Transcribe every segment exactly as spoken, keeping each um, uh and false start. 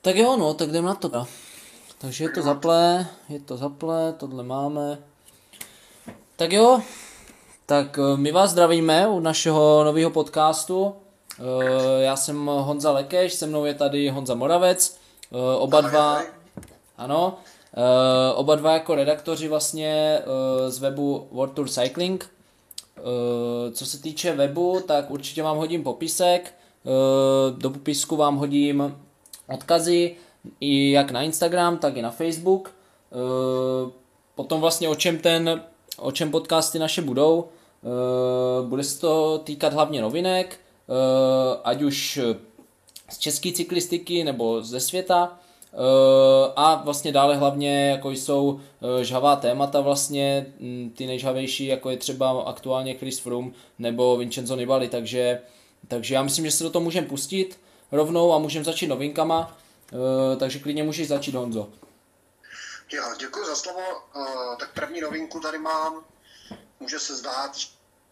Tak jo, no, tak jdem na to. Takže je to zaplé, je to zaplé, tohle máme. Tak jo, tak my vás zdravíme u našeho nového podcastu. Já jsem Honza Lekeš, se mnou je tady Honza Moravec. Oba dva, ano, oba dva jako redaktoři vlastně z webu World Tour Cycling. Co se týče webu, tak určitě vám hodím popisek. Do popisku vám hodím odkazy i jak na Instagram, tak i na Facebook. Potom vlastně o čem ten, o čem podcasty naše budou. Bude se to týkat hlavně novinek, ať už z české cyklistiky nebo ze světa. A vlastně dále hlavně jako jsou žhavá témata vlastně, ty nejžhavější, jako je třeba aktuálně Chris Froome nebo Vincenzo Nibali, takže, takže já myslím, že se do toho můžeme pustit rovnou a můžeme začít novinkama, takže klidně můžeš začít, Honzo. Jo, děkuji za slovo. Tak první novinku tady mám, může se zdát, že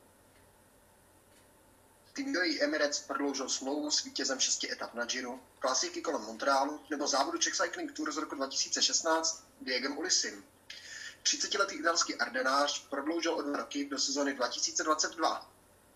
tým U A E Emirates prodloužil smlouvu s vítězem šesti etap na Giro, klasiky kolem Montrealu nebo závodu Czech Cycling Tour z roku dva tisíce šestnáct Diegem Ulissim. třicetiletý italský ardenář prodloužil o dva roky do sezony dva tisíce dvacet dva.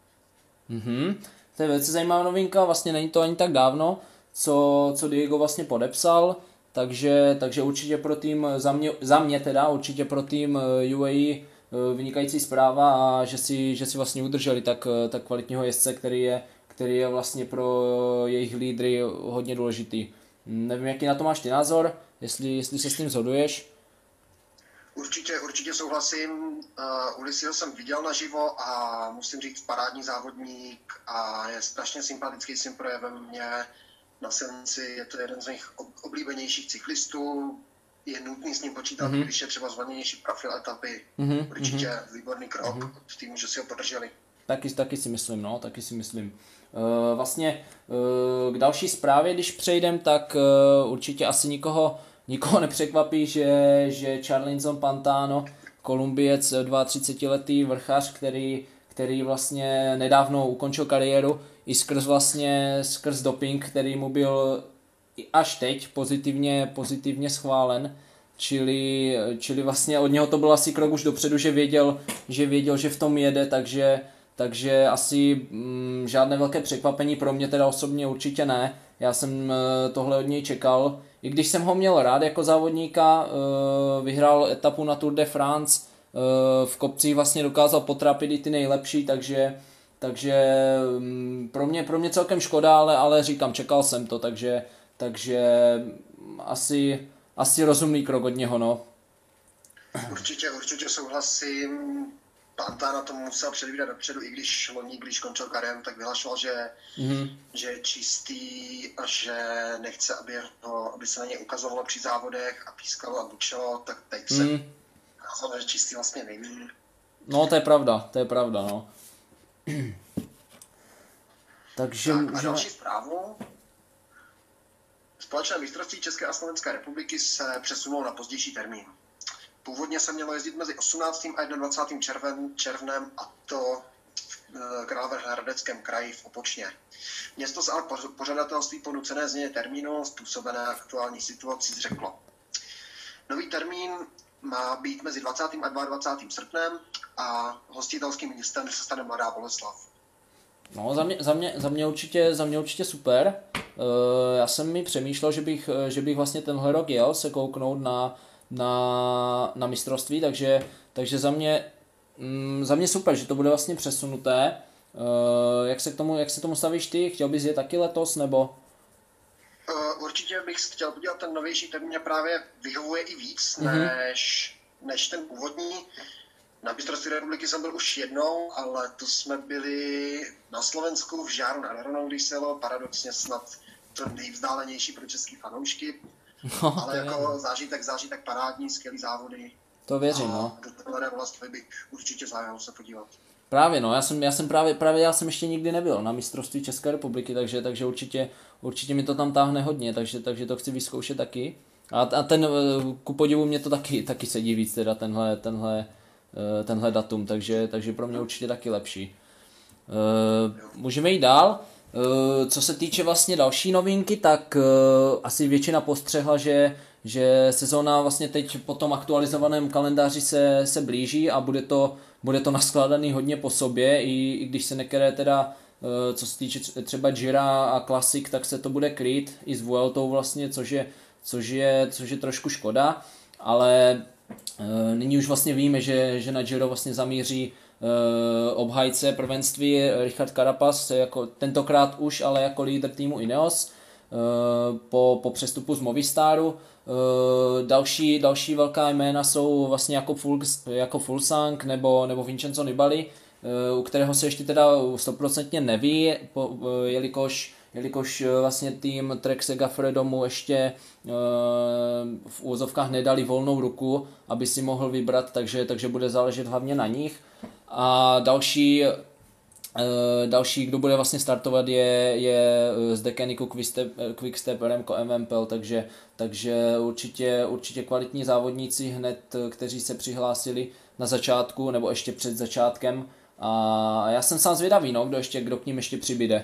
Mhm, to je velice zajímavá novinka, vlastně není to ani tak dávno, co, co Diego vlastně podepsal, takže, takže určitě pro tým, za mě, za mě teda, určitě pro tým U A E vynikající zpráva a že si, že si vlastně udrželi tak, tak kvalitního jezdce, který je, který je vlastně pro jejich lídry hodně důležitý. Nevím, jaký na to máš ty názor, jestli, jestli se s tím shoduješ. Určitě, určitě souhlasím. Uh, Ulissyho jsem viděl naživo a musím říct parádní závodník a je strašně sympatický svým projevem. Mě na silnici je to jeden z mých oblíbenějších cyklistů. Je nutný s ním počítat, mm-hmm. když je třeba zvanější profil etapy. Mm-hmm. Určitě mm-hmm. výborný krok mm-hmm. od týmu, že si ho podrželi. Taky, taky si myslím, no, taky si myslím. Uh, vlastně uh, k další zprávě, když přejdem, tak uh, určitě asi nikoho, nikoho nepřekvapí, že, že Charlinson Pantano, Kolumbiec, třicetiletý vrchař, který, který vlastně nedávno ukončil kariéru i skrz vlastně skrz doping, který mu byl až teď pozitivně, pozitivně schválen, čili, čili vlastně od něho to byl asi krok už dopředu, že věděl, že věděl, že v tom jede, takže, takže asi mm, žádné velké překvapení pro mě teda osobně určitě ne. Já jsem tohle od něj čekal, i když jsem ho měl rád jako závodníka, vyhrál etapu na Tour de France, v kopcích vlastně dokázal potrapit i ty nejlepší, takže takže pro mě, pro mě celkem škoda, ale, ale říkám, čekal jsem to, takže Takže asi, asi rozumný krok od něho, no. Určitě, určitě souhlasím. Pantana to musel předvídat dopředu, i když loni, když končil kariéru, tak vyhlašoval, že, mm-hmm. že je čistý a že nechce, aby, ho, aby se na něj ukazovalo při závodech a pískalo a bučelo, tak teď se mm. ukázalo, že čistý vlastně není. No, to je pravda, to je pravda, no. Takže tak, a další zprávu. Společné mistrovství České a Slovenské republiky se přesunou na pozdější termín. Původně se mělo jezdit mezi osmnáctým a dvacátým prvním Červen, červnem a to v Královéhradeckém kraji v Opočně. Město se ale pořadatelství po nucené změně termínu způsobené aktuální situací zřeklo. Nový termín má být mezi dvacátým a dvacátým druhým srpnem a hostitelským městem se stane Mladá Boleslav. No, za mě, za mě, za mě, určitě, za mě určitě super. Uh, já jsem mi přemýšlel, že bych, že bych vlastně tenhle rok jel se kouknout na, na, na mistrovství, takže, takže za mě, mm, za mě super, že to bude vlastně přesunuté. Uh, jak se k tomu, jak se tomu stavíš ty? Chtěl bys je taky letos, nebo? Uh, určitě bych chtěl podívat, ten novější termín mě právě vyhovuje i víc, mm-hmm. než, než ten původní. Na mistrovství republiky jsem byl už jednou, ale to jsme byli na Slovensku v Žáru nad Hronou, když se jelo, paradoxně snad to nejvzdálenější pro český fanoušky, no, ale jako zážitek, zážitek parádní, skvělý závody. To věřím, no. Do téhle vlasti bych určitě zájel se podívat. Právě, no, já jsem, já jsem právě, právě já jsem ještě nikdy nebyl na mistrovství České republiky, takže, takže určitě, určitě mi to tam táhne hodně, takže, takže to chci vyzkoušet taky. A, a ten, ku podivu, mě to taky, taky sedí víc, teda tenhle, tenhle tenhle datum, takže, takže pro mě určitě taky lepší. Můžeme jít dál. Co se týče vlastně další novinky, tak asi většina postřehla, že, že sezóna vlastně teď po tom aktualizovaném kalendáři se, se blíží a bude to, bude to naskládaný hodně po sobě, i, i když se některé teda, co se týče třeba Gira a Classic, tak se to bude krýt i s Vueltou vlastně, což je, což je, což je trošku škoda, ale nyní už vlastně víme, že, že na Giro vlastně zamíří obhájce prvenství Richard Carapaz, jako tentokrát už, ale jako lídr týmu Ineos po, po přestupu z Movistaru. Další, další velká jména jsou vlastně jako, Ful, jako Fulsang nebo, nebo Vincenzo Nibali, u kterého se ještě teda stoprocentně neví, jelikož jelikož vlastně tým Trek Segafredo mu ještě v úvozovkách nedali volnou ruku, aby si mohl vybrat, takže, takže bude záležet hlavně na nich. A další, další kdo bude vlastně startovat, je, je z Decaniku Quickstep, Quickstep Remco Evenepoel, takže, takže určitě, určitě kvalitní závodníci hned, kteří se přihlásili na začátku nebo ještě před začátkem. A já jsem sám zvědavý, no, kdo, ještě, kdo k ním ještě přibyde.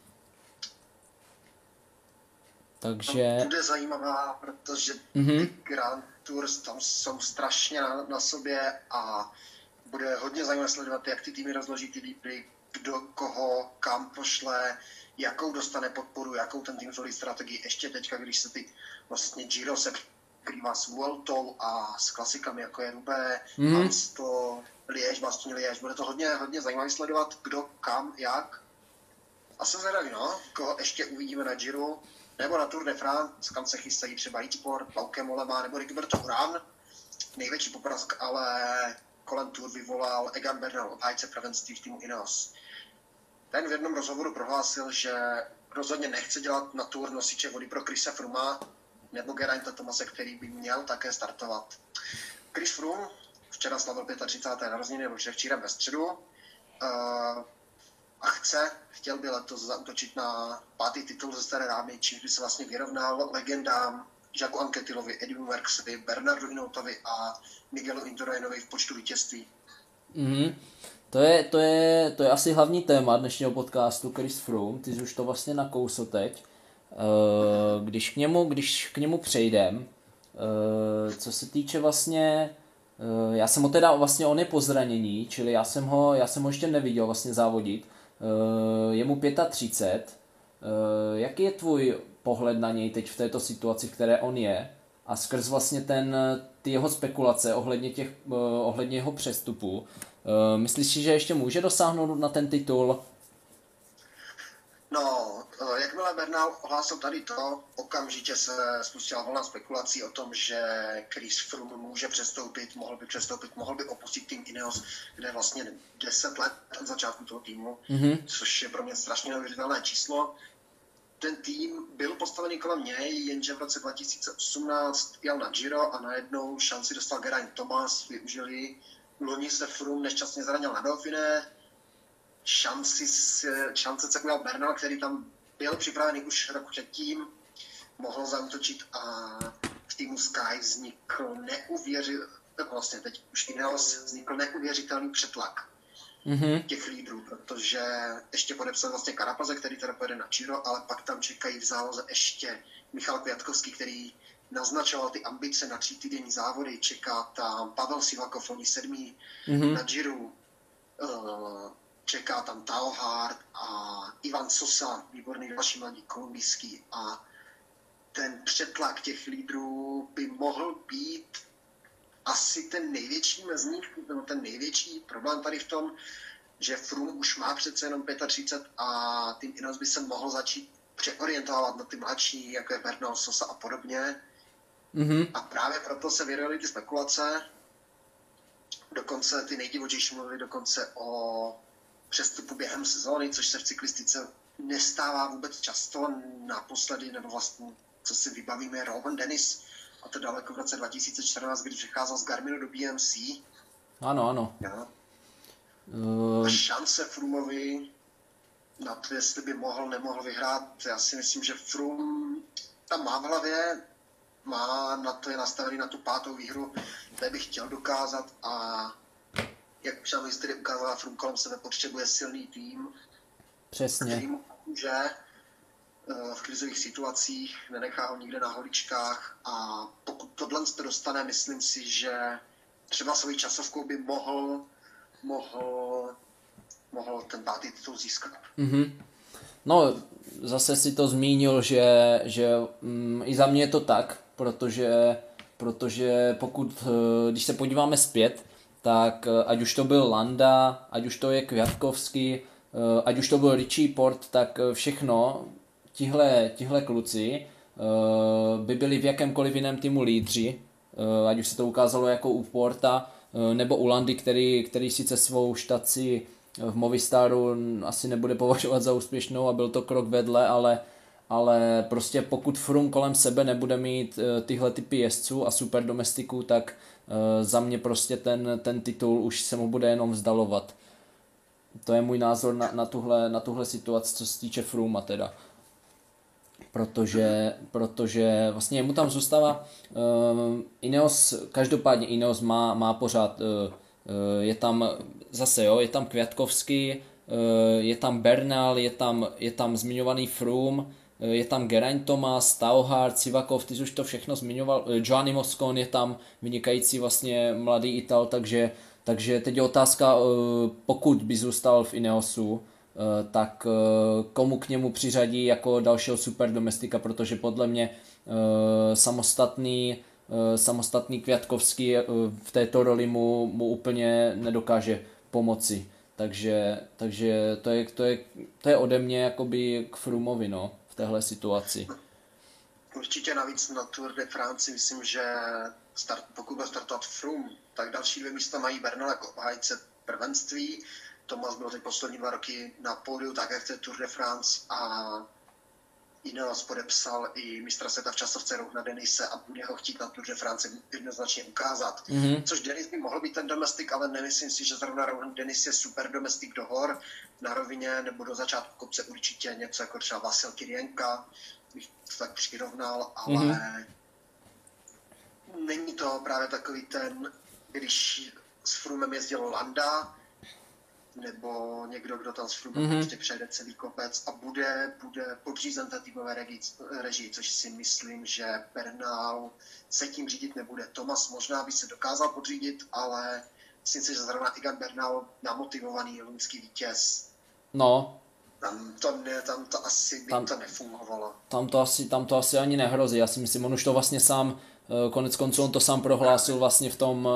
Takže... To bude zajímavá, protože mm-hmm. Grand Tours tam jsou strašně na, na sobě a bude hodně zajímavé sledovat, jak ty týmy rozloží ty lídry, kdo koho kam pošle, jakou dostane podporu, jakou ten tým zvolí strategii. Ještě teďka, když se ty vlastně Giro se překrývá s Vueltou a s klasikami, jako je Roubaix, mm-hmm. Amstel, Liège, Bastogne Liège. Bude to hodně, hodně zajímavé sledovat, kdo kam, jak. A jsem zvědavý, no, koho ještě uvidíme na Giro, nebo na Tour de France, kam se chystají třeba Richport, Bauke Mollema nebo Rigoberto Urán. Největší poprask ale kolem Tour vyvolal Egan Bernal, obhájce prvenství v týmu Ineos. Ten v jednom rozhovoru prohlásil, že rozhodně nechce dělat na Tour nosiče vody pro Chrisa Frooma nebo Gerainta Thomase, který by měl také startovat. Chris Froome včera slavil třicáté páté narozeniny, nebo včera ve středu, uh, a chce, chtěl by letos zaútočit na pátý titul ze staré rámy, čímž by se vlastně vyrovnal legendám Jacques Anquetillovi, Eddie Merckxovi, Bernardu Hinautovi a Miguelu Indurainovi v počtu vítězství. Mm-hmm. To je, to, je, to je asi hlavní téma dnešního podcastu, Chris Froome, ty jsi už to vlastně nakousl teď. Uh, když k němu, když k němu přejdem, uh, co se týče vlastně, uh, já jsem ho teda, vlastně on je po zranění, čili já jsem ho, já jsem ho ještě neviděl vlastně závodit, uh, je mu třicet pět, uh, jaký je tvůj pohled na něj teď v této situaci, v které on je, a skrz vlastně ten, ty jeho spekulace ohledně, těch, uh, ohledně jeho přestupu, uh, myslíš si, že ještě může dosáhnout na ten titul? No, jakmile Bernal ohlásil tady to, okamžitě se spustila vlna spekulací o tom, že Chris Froome může přestoupit, mohl by přestoupit, mohl by opustit tým Ineos, kde vlastně deset let od začátku toho týmu, mm-hmm. což je pro mě strašně neuvěřitelné číslo. Ten tým byl postavený kolem něj, jenže v roce dva tisíce osmnáct jel na Giro a najednou šanci dostal Geraint Thomas, využili. Loni se Froome nešťastně zranil na Dauphiné, šanci se, šance se ujal Bernal, který tam byl připravený už rok předtím, mohl zaútočit a v týmu Sky vznikl neuvěřitelný, vlastně teď už Ineos vznikl neuvěřitelný přetlak mm-hmm. těch lídrů, protože ještě podepsal vlastně Carapaze, který teda pojede na Giro, ale pak tam čekají v záloze ještě Michal Kwiatkowski, který naznačoval ty ambice na tří týdenní závody, čeká tam Pavel Sivakov, oni sedmý mm-hmm. na Giro, uh, čeká tam Tauhart a Ivan Sosa, výborný další mladý kolumbijský, a ten přetlak těch lídrů by mohl být asi ten největší mezník, nebo ten největší problém tady v tom, že Froome už má přece jenom třicet pět a tým Ineos by se mohl začít přeorientovat na ty mladší, jako je Bernal, Sosa a podobně. Mm-hmm. A právě proto se vyroily ty spekulace, dokonce ty nejdivočejší mluvili dokonce o přestupu během sezóny, což se v cyklistice nestává vůbec často. Naposledy, nebo vlastně, co si vybavíme, Rowan Dennis, a to daleko v roce dva tisíce čtrnáct, když přecházel z Garminu do B M C. Ano, ano. Ja. Uh... A šance Froomovi na to, jestli by mohl, nemohl vyhrát, já si myslím, že Froome tam má v hlavě, má na to, je nastavený na tu pátou výhru, to bych chtěl dokázat, a jak už nám historie ukázala, Froome kolem sebe potřebuje silný tým, přesně, který mu pomůže v krizových situacích, nenechá ho nikde na holičkách a pokud tohle to dostane, myslím si, že třeba svojí časovkou by mohl, mohl, mohl ten pátý titul získat. Mm-hmm. No, zase si to zmínil, že, že mm, i za mě je to tak, protože, protože pokud, když se podíváme zpět, tak ať už to byl Landa, ať už to je Kwiatkowski, ať už to byl Richie Porte, tak všechno, tihle, tihle kluci by byli v jakémkoliv jiném týmu lídři, ať už se to ukázalo jako u Porta, nebo u Landy, který, který sice svou štaci v Movistaru asi nebude považovat za úspěšnou a byl to krok vedle, ale, ale prostě pokud Froome kolem sebe nebude mít tyhle typy jezdců a super domestiků, tak za mě prostě ten, ten titul už se mu bude jenom vzdalovat. To je můj názor na, na, tuhle, na tuhle situaci, co se týče Frooma teda. Protože, protože vlastně mu tam zůstává uh, Ineos, každopádně Ineos má, má pořád, uh, uh, je tam zase jo, je tam Kwiatkowski, uh, je tam Bernal, je tam, je tam zmiňovaný Froome, uh, je tam Geraint Thomas, Tauhart, Sivakov, ty jsi už to všechno zmiňoval, uh, Gianni Moscon je tam vynikající vlastně mladý Ital, takže, takže teď je otázka, uh, pokud by zůstal v Ineosu, tak komu k němu přiřadí jako dalšího super domestika, protože podle mě samostatný, samostatný Kwiatkowski v této roli mu, mu úplně nedokáže pomoci. Takže, takže to, je, to, je, to je ode mě jakoby k Froomovi, no, v téhle situaci. Určitě navíc na Tour de France myslím, že start, pokud bude startovat Froome, tak další dvě místa mají Bernal jako obhájce prvenství. Thomas byl ty poslední dva roky na pódiu, tak jak chce Tour de France a Ineos podepsal i mistra světa v časovce Rohna Denise a bude ho chtít na Tour de France jednoznačně ukázat. Mm-hmm. Což Denis by mohl být ten domestik, ale nemyslím si, že zrovna Rohna Denis je super domestik do hor. Na rovině nebo do začátku kopce určitě něco jako třeba Vasil Kirienka, bych to tak přirovnal, ale mm-hmm. není to právě takový ten, když s Froomem jezdil Landa, nebo někdo, kdo tam s Froomem mm-hmm. prostě přejede celý kopec a bude, bude podřízen té týmové režii, což si myslím, že Bernal se tím řídit nebude. Thomas možná by se dokázal podřídit, ale myslím si, že zrovna Egan Bernal namotivovaný loňský vítěz. No. Tam to, ne, tam to asi by tam, to nefungovalo. Tam to, asi, tam to asi ani nehrozí. Já si myslím, on už to vlastně sám, konec konců on to sám prohlásil vlastně v tom...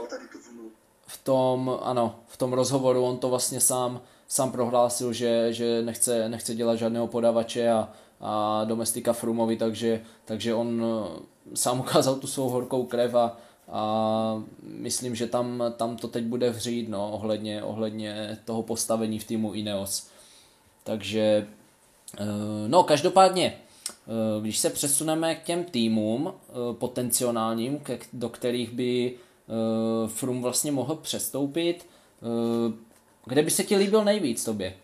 V tom, ano, v tom rozhovoru on to vlastně sám, sám prohlásil, že, že nechce, nechce dělat žádného podavače a, a domestika Froomovi, takže, takže on sám ukázal tu svou horkou krev a, a myslím, že tam, tam to teď bude vřít, no, ohledně, ohledně toho postavení v týmu Ineos. Takže, no, každopádně, když se přesuneme k těm týmům potenciálním, do kterých by Uh, Froome vlastně mohl přestoupit. Uh, kde by se ti líbil nejvíc tobě?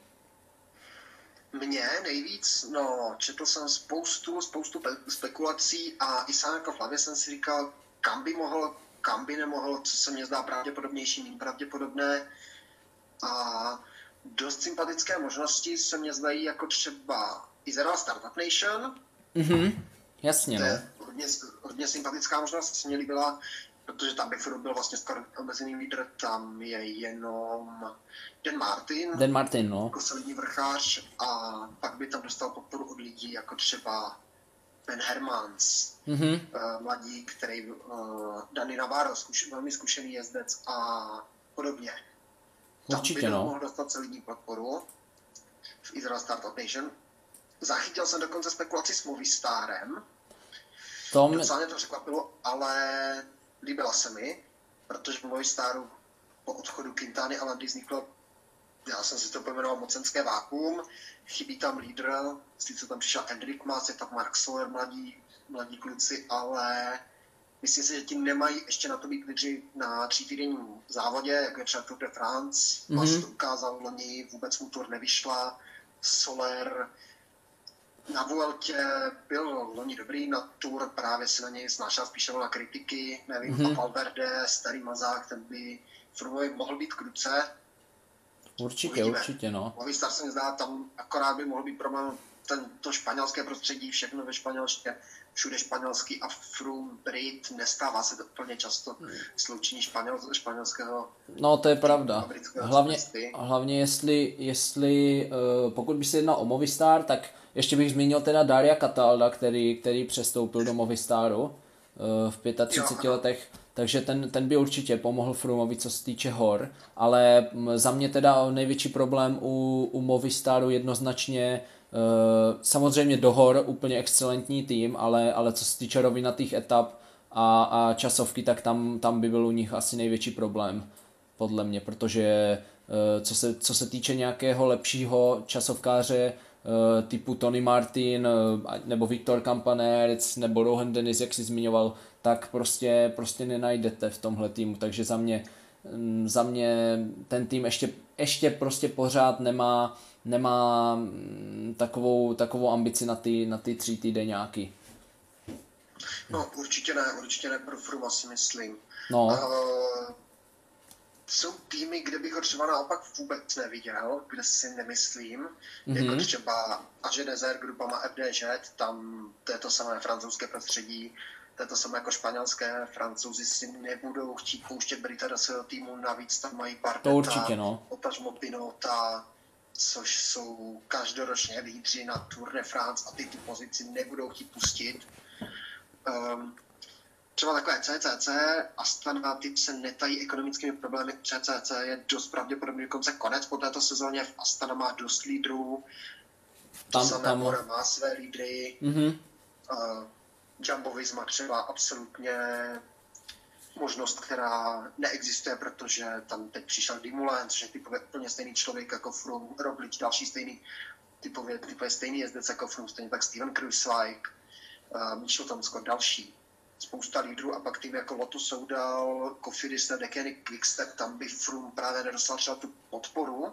Mně nejvíc, no, četl jsem spoustu, spoustu spekulací a i sám jako v hlavě jsem si říkal, kam by mohl, kam by nemohl, co se mně zdá pravděpodobnější, méně pravděpodobné. A dost sympatické možnosti se mně zdají jako třeba Izrael Startup Nation. Mhm, jasně, to no. je hodně, hodně sympatická možnost, se mně líbila, protože tam by Froome byl vlastně skoro omezený lídr, tam je jenom Dan Martin, Dan Martin, no. jako solidní vrchář a pak by tam dostal podporu od lidí jako třeba Ben Hermans, mm-hmm. uh, mladí, který uh, Dani Navarro, zkuš, velmi zkušený jezdec a podobně. Určitě, tam by no. mohl dostat solidní podporu v Israel Startup Nation. Zachytil jsem dokonce spekulaci s Movistarem. Tom... Docela mě to překvapilo, ale líbila se mi, protože v Movistaru po odchodu Quintany a Landy vzniklo, já jsem si to pojmenoval, mocenské vákuum, chybí tam lídr, sice tam přišel Enric Mas, je tam Mark Soler, mladí, mladí kluci, ale myslím si, že ti nemají ještě na to být lídři na třítýdenním závodě, jako je třeba Tour de France, mm-hmm. Mas to ukázal loni, vůbec mu Tour nevyšla, Soler na Vueltě byl loni dobrý, na Tour právě se na něj snášel spíše na kritiky, nevím, mm-hmm. a Valverde, starý mazák, ten by Froomovi mohl být k ruce. Určitě, Uvidíme. určitě, no. Movistar se mi zdá, tam akorát by mohl být problém ten, to španělské prostředí, všechno ve španělštině, všude španělský a Froome Brit, nestává se to úplně často sloučení španěl, španělského. No, to je pravda. Hlavně, hlavně jestli, jestli uh, pokud by se jednal o Movistar, tak ještě bych zmínil teda Daria Catalda, který, který přestoupil do Movistaru uh, v třiceti pěti letech, takže ten, ten by určitě pomohl Froomovi, co se týče hor, ale za mě teda největší problém u, u Movistaru jednoznačně uh, samozřejmě do hor úplně excelentní tým, ale, ale co se týče rovinatých etap a, a časovky, tak tam, tam by byl u nich asi největší problém, podle mě, protože uh, co se, co se týče nějakého lepšího časovkáře uh, typu Tony Martin uh, nebo Viktor Campaners nebo Rohan Dennis, jak jsi zmiňoval, tak prostě, prostě nenajdete v tomhle týmu, takže za mě, za mě ten tým ještě, ještě prostě pořád nemá, nemá takovou, takovou ambici na ty, na ty tři týdeňáky. No určitě ne, určitě ne pro Froome, si myslím. No. Uh, jsou týmy, kde bych ho třeba naopak vůbec neviděl, kde si nemyslím, mm-hmm. jako třeba A G Desert, Groupama F D Ž, tam to je to samé francouzské prostředí, to je to samé jako španělské, Francouzi si nebudou chtít pouštět Brita do svého týmu, navíc tam mají Barteta, no. potažmo Pinota, což jsou každoročně lídři na Tour de France a ty tu pozici nebudou chtít pustit. Um, třeba takové C C C, Astana, ty se netají ekonomickými problémy. C C C je dost pravděpodobně dokonce konec po této sezóně. Astana má dost lídrů, to tam, samé tam... Bora má své lídry. Mm-hmm. Uh, Jumbo Visma třeba absolutně možnost, která neexistuje, protože tam teď přišel Dumoulin, což je typově úplně stejný člověk jako Froome, Roglič, další stejný typově, typově stejný jezdec jako Froome, stejně tak Steven Kruijswijk, uh, Michel Tomsko, další. Spousta lídrů a pak tým jako Lotto Soudal, Cofidis, Deceuninck, Quickstep, tam by Froome právě nedostal třeba tu podporu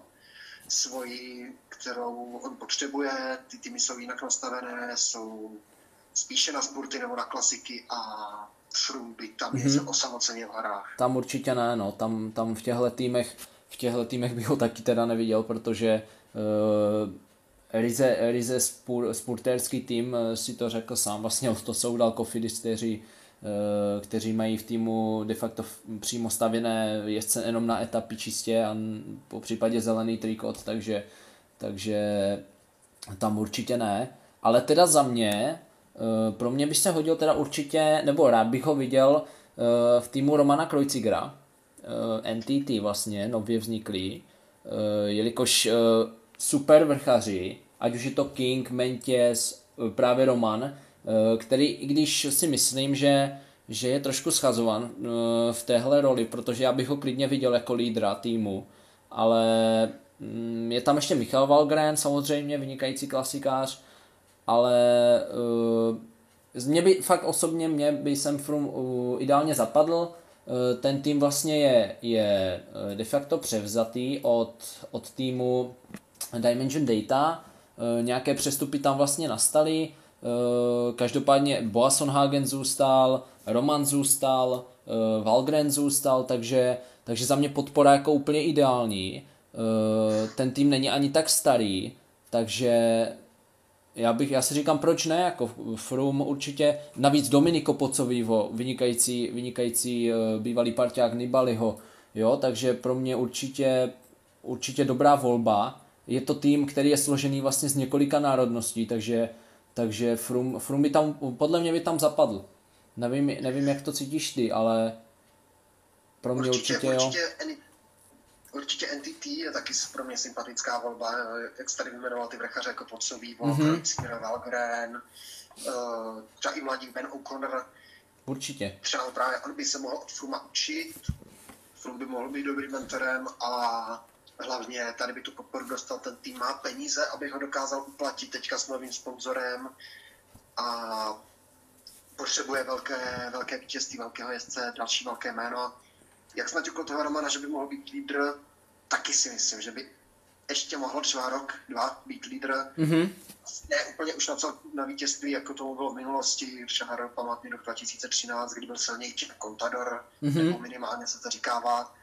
svoji, kterou on potřebuje, ty týmy jsou jinak nastavené, jsou spíše na spurty nebo na klasiky a Froome by tam mm-hmm. je osamoceně v horách. Tam určitě ne, no, tam, tam v těchto týmech, v těchto týmech bych ho taky teda neviděl, protože uh, Rize, Rize spur, spurtérský tým si to řekl sám, vlastně to jsou dal Cofidis, kteří, uh, kteří mají v týmu de facto přímo stavěné jezdce jenom na etapy čistě a po případě zelený trikot, takže, takže tam určitě ne, ale teda za mě pro mě by se hodil teda určitě, nebo rád bych ho viděl v týmu Romana Kreuzigera, N T T vlastně, nově vzniklý, jelikož super vrchaři, ať už je to King, Meintjes, právě Roman, který, i když si myslím, že, že je trošku schazovan v téhle roli, protože já bych ho klidně viděl jako lídra týmu, ale je tam ještě Michal Valgren, samozřejmě vynikající klasikář, ale uh, mě by fakt osobně mě by sem Froome uh, ideálně zapadl. Uh, ten tým vlastně je, je de facto převzatý od, od týmu Dimension Data. Uh, nějaké přestupy tam vlastně nastaly. Uh, každopádně Boasson Hagen zůstal, Roman zůstal, uh, Valgren zůstal, takže, takže za mě podpora jako úplně ideální. Uh, ten tým není ani tak starý, takže Já, bych, já si říkám, proč ne, jako Froome určitě, navíc Domenico Pozzovivo, vynikající, vynikající uh, bývalý parťák Nibaliho, jo, takže pro mě určitě, určitě dobrá volba. Je to tým, který je složený vlastně z několika národností, takže, takže Froome, Froome by tam, podle mě by tam zapadl. Nevím, nevím, jak to cítíš ty, ale pro mě určitě, určitě jo. Určitě, určitě N T T je taky pro mě sympatická volba, jak jsi tady vyjmenoval ty vrchaře jako Pozzovivo, mm-hmm. Valgren, uh, třeba i mladý Ben O'Connor. Určitě. Třeba právě on by se mohl od Frooma učit, Froome by mohl být dobrým mentorem a hlavně tady by tu podporu dostal, ten tým má peníze, aby ho dokázal uplatit teďka s novým sponzorem a potřebuje velké, velké vítězství, velkého jezdce, další velké jméno. Jak snad okolo toho Romana, že by mohl být lídr, taky si myslím, že by ještě mohl třeba rok, dva být lídr. Mm-hmm. Ne úplně už na, co, na vítězství, jako tomu bylo v minulosti, třeba rok pamatný rok dva tisíce třináct, kdy byl silnější Contador, mm-hmm. nebo minimálně se to říkává.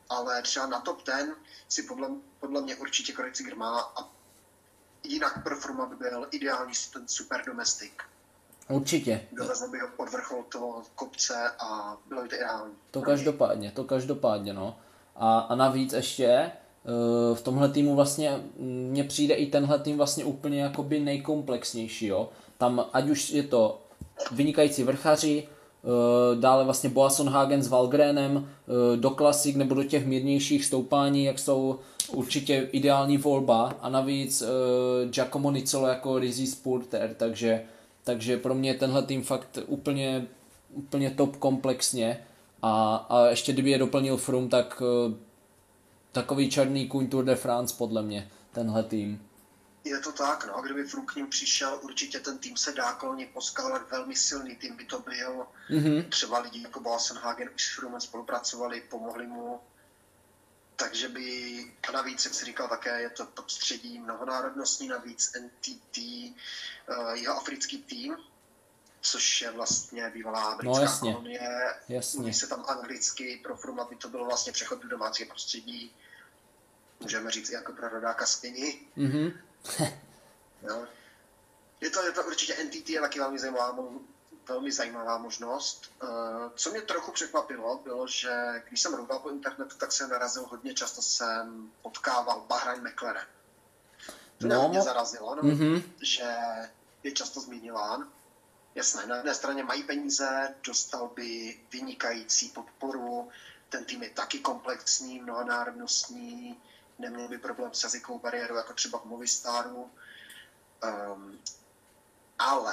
ale třeba na top ten si podle, podle mě určitě Kreuziger má a jinak pro Fruma by byl ideální ten super domestik. Určitě. Dovezl by ho pod vrchol toho kopce a bylo by to ideální. To každopádně, to každopádně, no. A, a navíc ještě v tomhle týmu vlastně mně přijde i tenhle tým vlastně úplně jakoby nejkomplexnější, jo. Tam ať už je to vynikající vrchaři, dále vlastně Boasson Hagen s Valgrenem, do klasik nebo do těch mírnějších stoupání, jak jsou určitě ideální volba a navíc Giacomo Nizzolo jako rizí spurter, takže, takže pro mě je tenhle tým fakt úplně, úplně top komplexně a, a ještě kdyby je doplnil Froome, tak takový černý kůň Tour de France podle mě, tenhle tým. Je to tak, no a kdyby Froome k ním přišel, určitě ten tým se dá kolem poskálet velmi silný tým by to byl. Mm-hmm. Třeba lidi jako Boasson Hagen už s Froomem spolupracovali, pomohli mu. Takže by, a navíc, jak jsi říkal také, je to prostředí mnohonárodnostní, navíc N T T, uh, jeho africký tým, což je vlastně bývalá britská no, kolonie. Mluví se tam anglicky, pro Froome by to bylo vlastně přechod do domácího prostředí. Můžeme říct i jako pro rodáka z Kyni. Mm-hmm. No. Je to, je to určitě N T T je taky velmi zajímavá, velmi zajímavá možnost. Co mě trochu překvapilo, bylo, že když jsem roudal po internetu, tak jsem narazil hodně často, jsem potkával Bahrain McLaren. To mě no, hodně zarazilo, no, mm-hmm. že je často zmíněván. Jasné, na jedné straně mají peníze, dostal by vynikající podporu, ten tým je taky komplexní, mnohonárodnostní, neměl by problém s jazykovou bariérou, jako třeba v Movistaru. Um, ale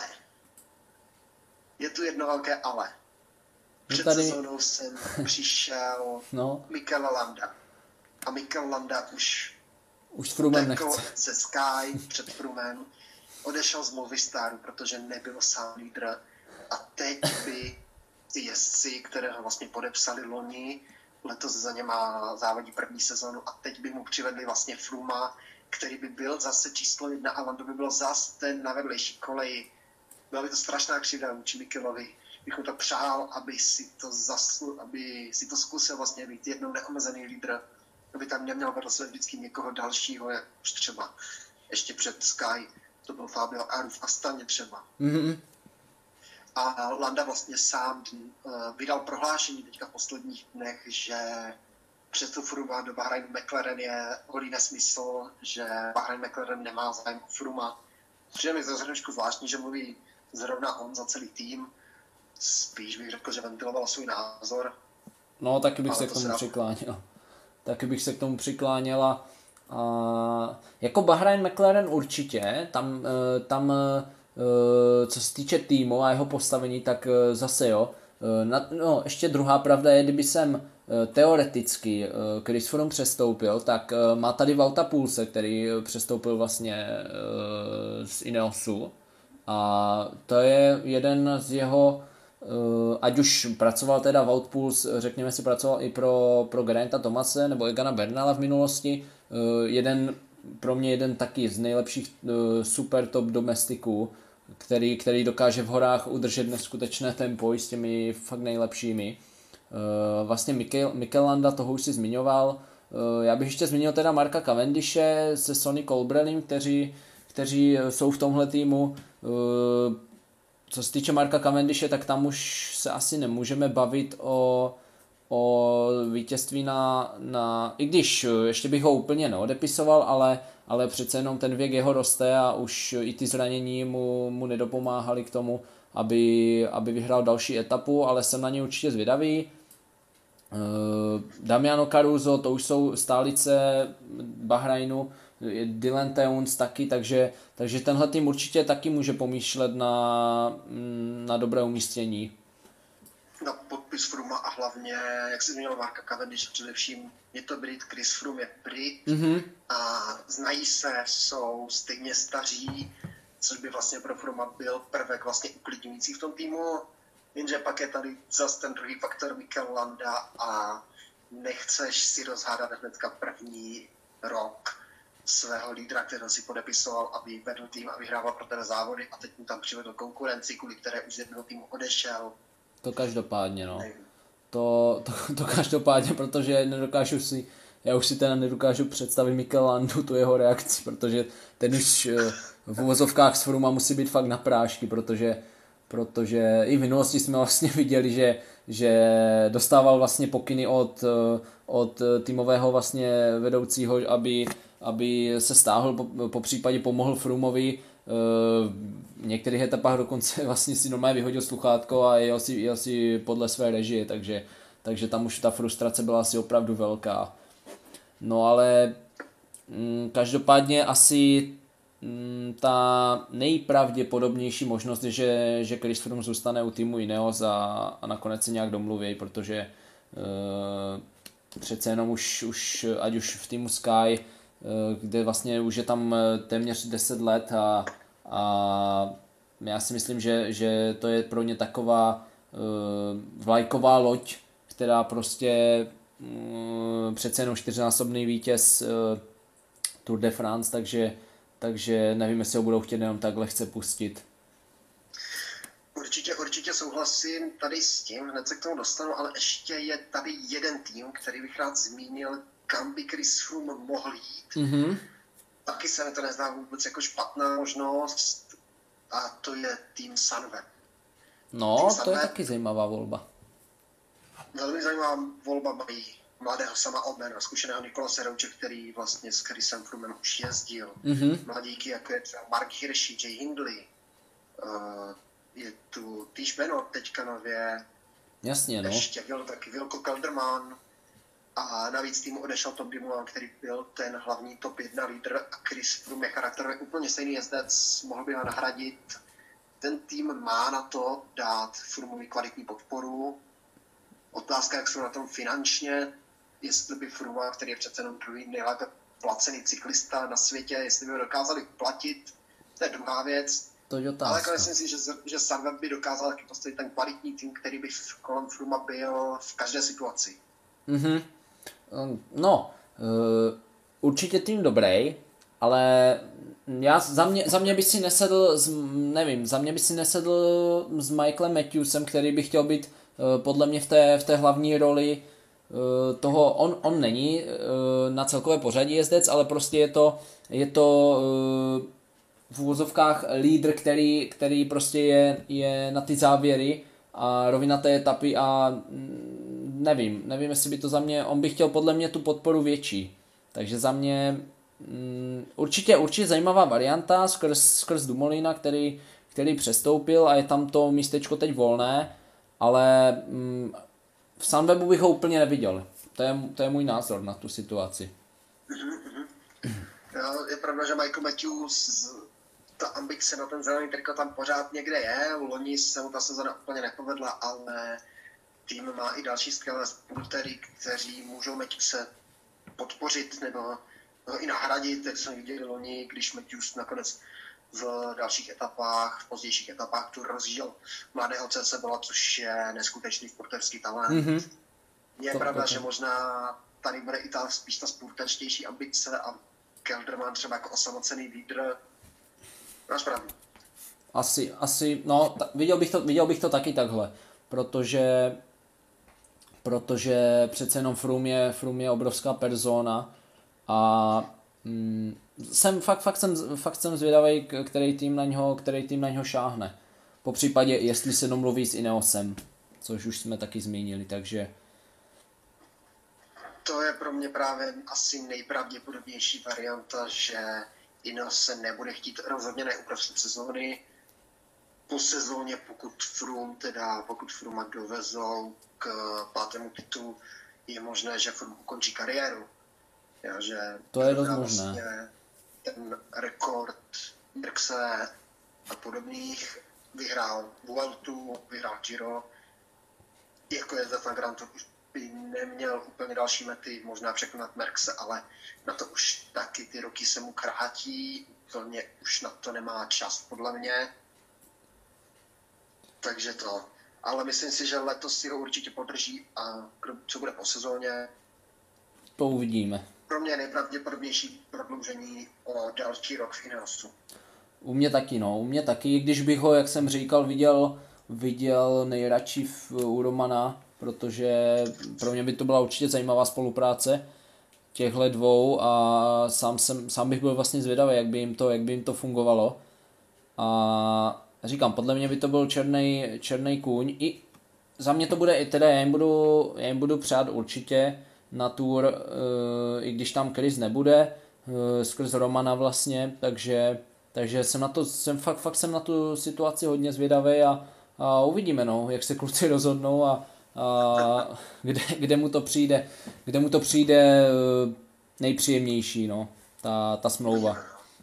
je tu jedno velké ale. Před tady... sezónou jsem přišel no. Mikel Landa. A Mikel Landa už už Froomem nechce. Ze Sky před Froomem. Odešel z Movistaru, protože nebyl sám lídr. A teď by ty jezdci, které ho vlastně podepsali loni, letos za ně má závodí první sezonu a teď by mu přivedli vlastně Frooma, který by byl zase číslo jedna a Lando by byl zase ten na vedlejší koleji. Byla by to strašná křivda vůči Mikelovi. Bych mu to přál, aby si to zaslu, aby si to zkusil vlastně být jednou neomezený lídr, aby tam neměl vedle sebe vždycky někoho dalšího, jak už třeba ještě před Sky, to byl Fabio Aru v Astaně třeba. Mm-hmm. A Landa vlastně sám vydal prohlášení teďka v posledních dnech, že přestup Frooma do Bahrainu McLaren je holý nesmysl, že Bahrain McLaren nemá zájem o Frooma. Přijde mi to trošku zvláštní, že mluví zrovna on za celý tým. Spíš bych řekl, že ventiloval svůj názor. No, taky bych se k tomu přikláněl. Taky bych se k tomu přikláněl a, a jako Bahrain McLaren určitě, tam, tam co se týče týmu a jeho postavení, tak zase jo. No, ještě druhá pravda je, kdyby jsem teoreticky Chris Froome přestoupil, tak má tady Vouta Poolse, který přestoupil vlastně z Ineosu a to je jeden z jeho, ať už pracoval teda Wout Poels, řekněme si, pracoval i pro, pro Gerainta Thomase nebo Egana Bernala v minulosti, jeden, pro mě jeden taky z nejlepších super top domestiků, který, který dokáže v horách udržet neskutečné tempo i s těmi fakt nejlepšími. Vlastně Mikel, Mikel Landa, toho už si zmiňoval. Já bych ještě zmínil teda Marka Cavendishe se Sonny Colbrellim, kteří, kteří jsou v tomhle týmu. Co se týče Marka Cavendishe, tak tam už se asi nemůžeme bavit o, o vítězství na, na... I když ještě bych ho úplně neodepisoval, ale, ale přece jenom ten věk jeho roste a už i ty zranění mu, mu nedopomáhaly k tomu, aby, aby vyhrál další etapu, ale jsem na ně určitě zvědavý. Damiano Caruso, to už jsou stálice Bahrajnu, Dylan Teuns taky, takže, takže tenhle tým určitě taky může pomýšlet na, na dobré umístění. Na podpis Frooma a hlavně, jak se zmínil Marka Cavendish, především je to Brit, Chris Froome je Brit mm-hmm. a znají se, jsou stejně staří, což by vlastně pro Frooma byl prvek vlastně uklidňující v tom týmu, jenže pak je tady zase ten druhý faktor Mikel Landa a nechceš si rozhádat hnedka první rok svého lídra, kterého si podepisoval, aby vedl tým a vyhrával pro tebe závody a teď mu tam přivedl konkurenci, kvůli které už z jednoho týmu odešel. To každopádně, no. To, to, to každopádně, protože nedokážu si, já už si teda nedokážu představit Mikel Landu, tu jeho reakci, protože ten už v uvozovkách s Fruma musí být fakt na prášky, protože, protože i v minulosti jsme vlastně viděli, že, že dostával vlastně pokyny od, od týmového vlastně vedoucího, aby, aby se stáhl, po, po případě pomohl Frumovi. V některých etapách dokonce vlastně si normálně vyhodil sluchátko a jel si, jel si podle své režie, takže, takže tam už ta frustrace byla asi opravdu velká. No ale mm, každopádně asi mm, ta nejpravděpodobnější možnost je, že, že Chris Froome zůstane u týmu Ineos a, a nakonec se nějak domluví, protože e, přece jenom už, už, ať už v týmu Sky, kde vlastně už je tam téměř deset let a, a já si myslím, že, že to je pro ně taková uh, vlajková loď, která prostě uh, přece jenom čtyřnásobný vítěz uh, Tour de France, takže, takže nevím, jestli ho budou chtět jenom tak lehce pustit. Určitě, určitě souhlasím tady s tím, hned se k tomu dostanu, ale ještě je tady jeden tým, který bych rád zmínil, kam by Chris Froome mohl jít. Mm-hmm. Taky se mi to nezdá vůbec jako špatná možnost a to je tým Sunweb. No, tým to Sunweb, je taky zajímavá volba. Velmi zajímavá volba, mají mladého Sama Albena, zkušeného Nikola Serouče, který vlastně s Chrisem Froomem už jezdil. Mm-hmm. Mladíky jako je třeba Mark Hirschi, Jay Hindley, uh, je tu Tish Benoit teďka nově. Jasně, no. Ještě byl taky Wilco Kelderman. A navíc týmu odešel Tom Dumoulin, který byl ten hlavní top jedna lídr a Chris Froome je charakterově úplně stejný jezdec, mohl by ho nahradit. Ten tým má na to dát Froomovi kvalitní podporu. Otázka, jak jsou na tom finančně, jestli by Froome, který je přece jenom druhý nejlépe placený cyklista na světě, jestli by ho dokázali platit, to je druhá věc. To je otázka. Ale jako myslím si, že, že Sunweb by dokázal taky postavit ten kvalitní tým, který by kolem Froome byl v každé situaci. Mhm. No, určitě tým dobrý, ale já, za, mě, za mě by si nesedl, s, nevím, za mě by si nesedl s Michaelem Matthewsem, který by chtěl být podle mě v té, v té hlavní roli toho, on, on není na celkové pořadí jezdec, ale prostě je to, je to v úvozovkách lídr, který, který prostě je, je na ty závěry a rovina té etapy a nevím, nevím, jestli by to za mě, on by chtěl podle mě tu podporu větší, takže za mě um, určitě, určitě zajímavá varianta skrz, skrz Dumoulina, který, který přestoupil a je tam to místečko teď volné, ale um, v Sunwebu bych ho úplně neviděl, to je, to je můj názor na tu situaci. Jo, je pravda, že Michael Matthews, ta ambice na ten zelený triko tam pořád někde je, loni se mu ta sezona úplně nepovedla, ale tým má i další skvělé sportéry, kteří můžou Matthewse podpořit nebo ho i nahradit, jak jsme viděli loni, když Matthews nakonec v dalších etapách, v pozdějších etapách tu rozjížděl mladého C C Bola, což je neskutečný sporterský talent. Mm-hmm. Je to pravda, to, to. že možná tady bude i ta spíš ta sporterštější ambice a Kelderman třeba jako osamocený lídr. Máš pravdu. Asi, asi, no, ta, viděl, bych to, viděl bych to taky takhle, protože protože přece jenom Froome je, Froome je obrovská persona a mm, jsem, fakt, fakt, jsem, fakt jsem zvědavý, který tým na něho, který tým na něho šáhne. Po případě, jestli se domluví s Ineosem, což už jsme taky zmínili, takže... To je pro mě právě asi nejpravděpodobnější varianta, že Ineos se nebude chtít rozhodně ne uprostřed sezóny. Po sezóně, pokud Froome, teda pokud Froome dovezou k pátému titulu, je možné, že Froome ukončí kariéru. Já, že to je dost možné. Vlastně ten rekord Merckxe a podobných vyhrál Vueltu, vyhrál Giro. Jako jezdec na Grand Tour už by neměl úplně další mety, možná překonat Merckxe, ale na to už taky ty roky se mu krátí, úplně už na to nemá čas podle mě. Takže to. Ale myslím si, že letos si ho určitě podrží a co bude po sezóně. To uvidíme. Pro mě je nejpravděpodobnější prodloužení o další rok v Ineosu. U mě taky, no. U mě taky, když bych ho, jak jsem říkal, viděl viděl nejradši v, u Romana, protože pro mě by to byla určitě zajímavá spolupráce těchto dvou a sám, jsem, sám bych byl vlastně zvědavý, jak by jim to, jak by jim to fungovalo. A říkám, podle mě by to byl černý černý kůň. I za mě to bude i teda, já jim budu, já jim budu přát určitě na tour, uh, i když tam Chris nebude, uh, skrz Romana vlastně, takže, takže jsem na to, jsem fakt, fakt jsem na tu situaci hodně zvědavý a, a uvidíme, no, jak se kluci rozhodnou a, a kde, kde mu to přijde, kde mu to přijde uh, nejpříjemnější, no, ta, ta smlouva.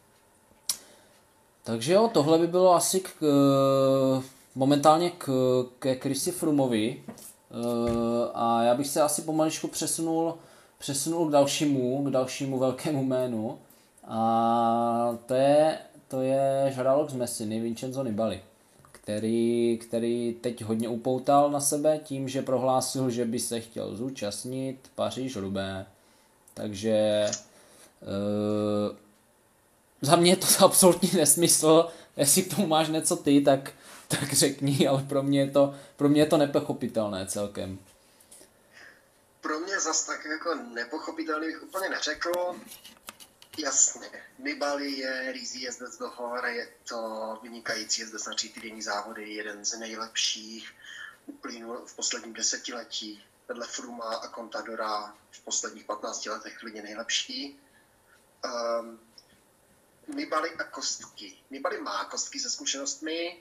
Takže jo, tohle by bylo asi k, momentálně k, ke Chrisi Froomeovi a já bych se asi pomaličku přesunul, přesunul k dalšímu, k dalšímu velkému jménu a to je, to je žralok z Messiny, Vincenzo Nibali, který, který teď hodně upoutal na sebe tím, že prohlásil, že by se chtěl zúčastnit Paříž-Roubaix. Takže uh, za mě je to absolutní nesmysl, jestli k tomu máš něco ty, tak, tak řekni, ale pro mě je to, pro mě je to nepochopitelné celkem. Pro mě zas tak jako nepochopitelný bych úplně neřekl. Jasně, Nibali je rizí jezdec do hor, je to vynikající jezdec na třítýdenní závody, jeden z nejlepších uplynul v posledním desetiletí, vedle Frooma a Contadora v posledních patnácti letech klidně nejlepší. Um, Nibali a kostky. Nibali má kostky se zkušenostmi.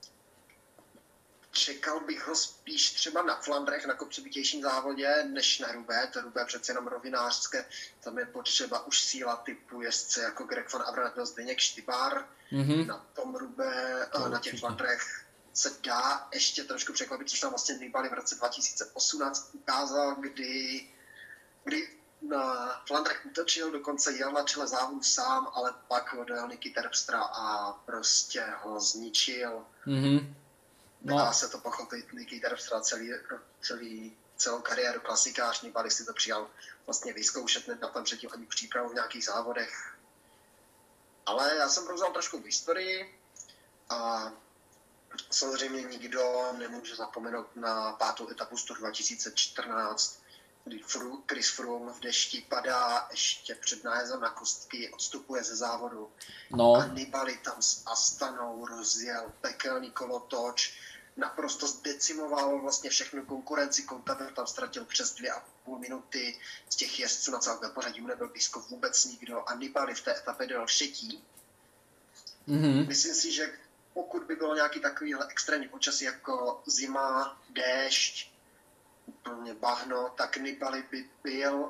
Čekal bych ho spíš třeba na Flandrech, na kopcovitějším závodě, než na Roubaix. To Roubaix přece jenom rovinářské. Tam je potřeba už síla typu jezdce jako Greg van Avermaet nebo Zdeněk Štybár. Mm-hmm. Na tom Roubaix, to na těch určitě. Flandrech se dá ještě trošku překvapit, což tam vlastně Nibali v roce dva tisíce osmnáct ukázal, kdy, kdy na Flandrech útočil, dokonce jel na čele závodu sám, ale pak ho dojel Niky Terpstra a prostě ho zničil. Mm-hmm. No. Dá se to pochopit, Niky Terpstra celý, celý, celou kariéru klasikář, Nibali si to přijal vlastně vyzkoušet, neměl tam předtím ani přípravu v nějakých závodech. Ale já jsem prozal trošku v historii a samozřejmě nikdo nemůže zapomenout na pátou etapu z Tour dva tisíce čtrnáct, kdy Chris Froome v dešti padá ještě před nájezdem na kostky, odstupuje ze závodu. No. A Nibali tam s Astanou rozjel pekelný kolotoč, naprosto zdecimoval vlastně všechnu konkurenci, Contador tam ztratil přes dvě a půl minuty, z těch jezdců na celkovém pořadí mu nebyl blízko vůbec nikdo a Nibali v té etapě dojel třetí. Mm-hmm. Myslím si, že pokud by bylo nějaký takovýhle extrémní počasí jako zima, déšť, úplně bahno, tak Nibali by byl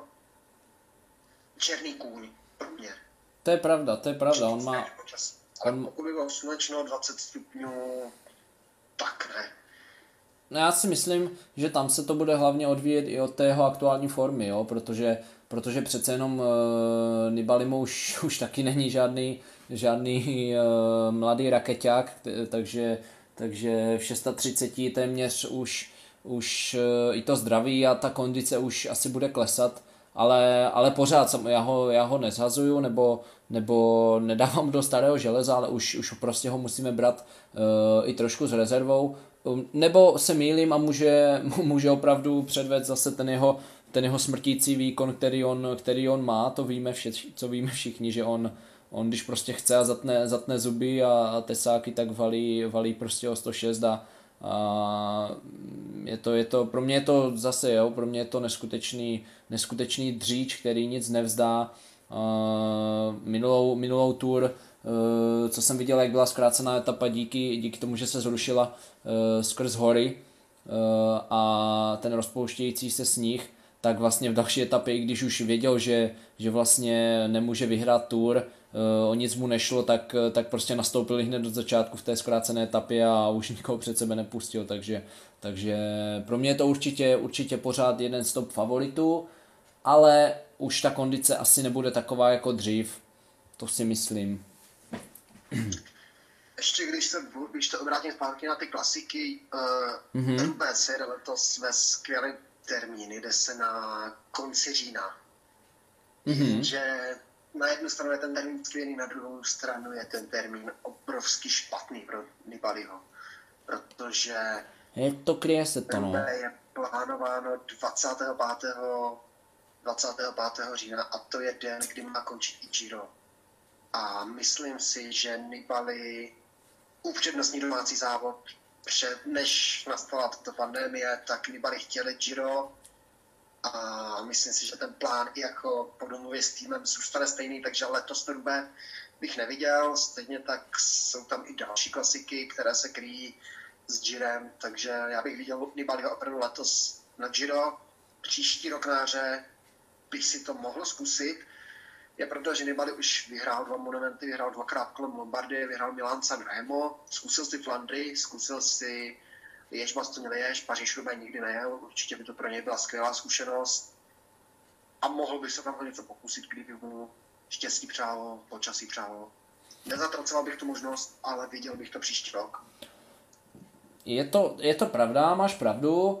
černý kůň pro mě. To je pravda, to je pravda, on má... Ale on... pokud by bylo slunečno dvacet stupňů, tak ne. No já si myslím, že tam se to bude hlavně odvíjet i od té jeho aktuální formy, jo, protože, protože přece jenom uh, Nibalimu už, už taky není žádný, žádný uh, mladý rakeťák, t- takže, takže v třiceti šesti téměř už, už uh, i to zdraví a ta kondice už asi bude klesat, ale, ale pořád jsem, já, ho, já ho nezhazuju nebo, nebo nedávám do starého železa, ale už, už prostě ho musíme brát uh, i trošku s rezervou. Nebo se mýlím a může, může opravdu předvést zase ten jeho, ten jeho smrtící výkon, který on, který on má, to víme, vše, co víme všichni, že on, on když prostě chce a zatne, zatne zuby a, a tesáky, tak valí, valí prostě o sto šest a, a je to, je to, pro mě je to zase, jo, pro mě je to neskutečný, neskutečný dříč, který nic nevzdá. Uh, minulou, minulou tour, uh, co jsem viděl, jak byla zkrácená etapa díky, díky tomu, že se zrušila uh, skrz hory uh, a ten rozpouštějící se sníh, tak vlastně v další etapě, i když už věděl, že, že vlastně nemůže vyhrát tour, uh, o nic mu nešlo, tak, tak prostě nastoupil hned od začátku v té zkrácené etapě a už nikoho před sebe nepustil, takže, takže pro mě je to určitě, určitě pořád jeden z top favoritů, ale už ta kondice asi nebude taková jako dřív, to si myslím. Ještě když se, když to obrátím zpátky na ty klasiky, uh, mm-hmm. Roubaix jede letos ve skvělý termín, jde se na konci října. Mm-hmm. Že na jednu stranu je ten termín skvělý, na druhou stranu je ten termín obrovsky špatný pro Nibaliho. protože Je to, kryje se to, no. je plánováno dvacátého pátého dvacátého pátého října a to je den, kdy má končit i Giro. A myslím si, že Nibali upřednostní domácí závod, před, než nastala tato pandemie, tak Nibali chtěli Giro a myslím si, že ten plán i jako po domluvě s týmem zůstane stejný, takže letos to Roubaix bych neviděl, stejně tak jsou tam i další klasiky, které se kryjí s Girem, takže já bych viděl Nibaliho opravdu letos na Giro, příští rok na jaře bych si to mohl zkusit. Je pravda, že Nibali už vyhrál dva monumenty, vyhrál dvakrát kolem Lombardie, vyhrál Milan San Remo, zkusil si Flandry, zkusil si Liège, Bastogne Liège, Paříž-Roubaix nikdy nejel, určitě by to pro něj byla skvělá zkušenost a mohl by se tam o něco pokusit, kdyby mu štěstí přálo, počasí přálo. Nezatracoval bych tu možnost, ale viděl bych to příští rok. Je to, je to pravda, máš pravdu.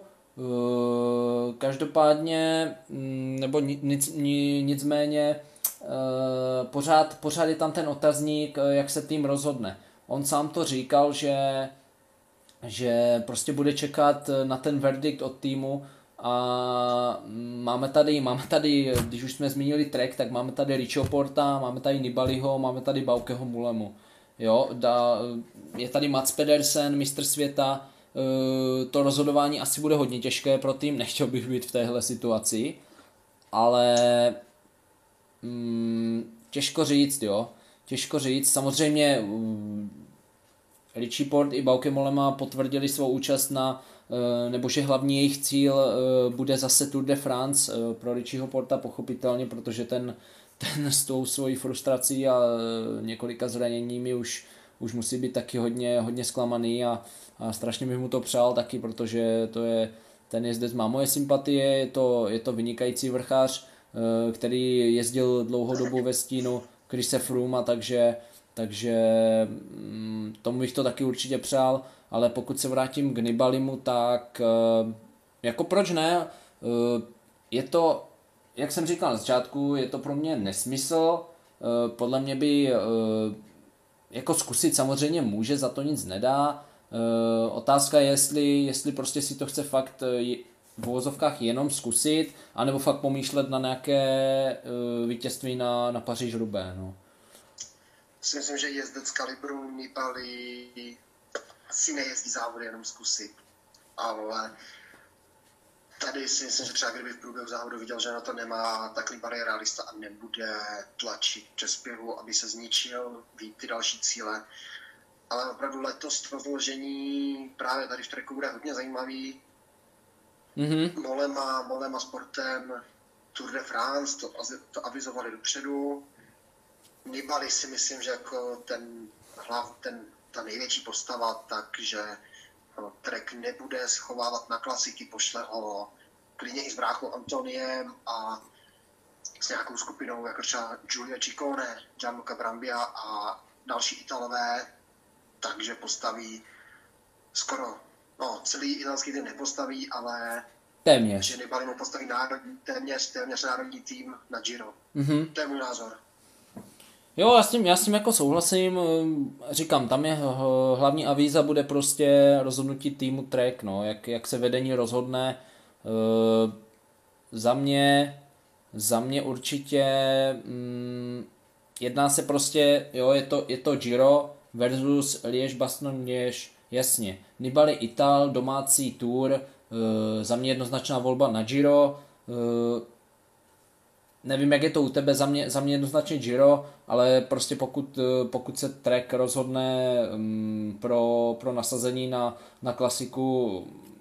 Každopádně, nebo nic, nicméně, pořád, pořád je tam ten otazník, jak se tým rozhodne. On sám to říkal, že, že prostě bude čekat na ten verdikt od týmu a máme tady, máme tady, když už jsme zmínili Trek, tak máme tady Richieho Porta, máme tady Nibaliho, máme tady Baukeho Mulemu. Jo, da, je tady Mats Pedersen, mistr světa, to rozhodování asi bude hodně těžké pro tým, nechtěl bych být v téhle situaci, ale mm, těžko říct, jo, těžko říct, samozřejmě mm, Richie Port i Bauke Mollema potvrdili svou účast na, nebo že hlavní jejich cíl bude zase Tour de France pro Richieho Porta pochopitelně, protože ten, ten s tou svojí frustrací a několika zraněními už, už musí být taky hodně, hodně zklamaný a, a strašně bych mu to přál taky, protože to je, ten jezdec má moje sympatie, je to, je to vynikající vrchař, který jezdil dlouhou dobu ve stínu Chrise Frooma, takže takže tomu bych to taky určitě přál, ale pokud se vrátím k Nibalimu, tak jako proč ne, je to, jak jsem říkal na začátku, je to pro mě nesmysl, podle mě by jako zkusit samozřejmě může, za to nic nedá, otázka je, jestli, jestli prostě si to chce fakt v uvozovkách jenom zkusit, anebo fakt pomýšlet na nějaké vítězství na, na Paříž-Roubaix, no. Si myslím, že jezdec kalibru Nibali si nejezdí závody jenom zkusit, ale tady si myslím, že třeba kdyby v průběhu závodu viděl, že na to nemá, tak Nibali je realista a nebude tlačit přes pivu, aby se zničil, vít ty další cíle. Ale opravdu letos to rozložení právě tady v Treku bude hodně zajímavý. Mm-hmm. Mollema, Mollema sportem Tour de France, to, to avizovali dopředu. Nibali si myslím, že jako ten, hlav, ten, ta největší postava, takže no, Trek nebude schovávat na klasiky, pošle ho klidně i s bráchou Antoniem a s nějakou skupinou jako třeba Giulio Ciccone, Gianluca Brambilla a další Italové, takže postaví skoro, no celý italský tým nepostaví, ale téměř. Že Nibali mu postaví národní, téměř, téměř národní tým na Giro. Mm-hmm. To je můj názor. Jo, já s tím, já s tím jako souhlasím, říkám, tam je hlavní avíza bude prostě rozhodnutí týmu Trek, no, jak, jak se vedení rozhodne. E, za mě, za mě určitě mm, jedná se prostě, jo, je to, je to Giro versus Liège-Bastogne-Liège, jasně. Nibali Ital, domácí tour, e, za mě jednoznačná volba na Giro, e, nevím, jak je to u tebe, za mě, za mě jednoznačně Giro, ale prostě pokud, pokud se Trek rozhodne um, pro, pro nasazení na, na klasiku,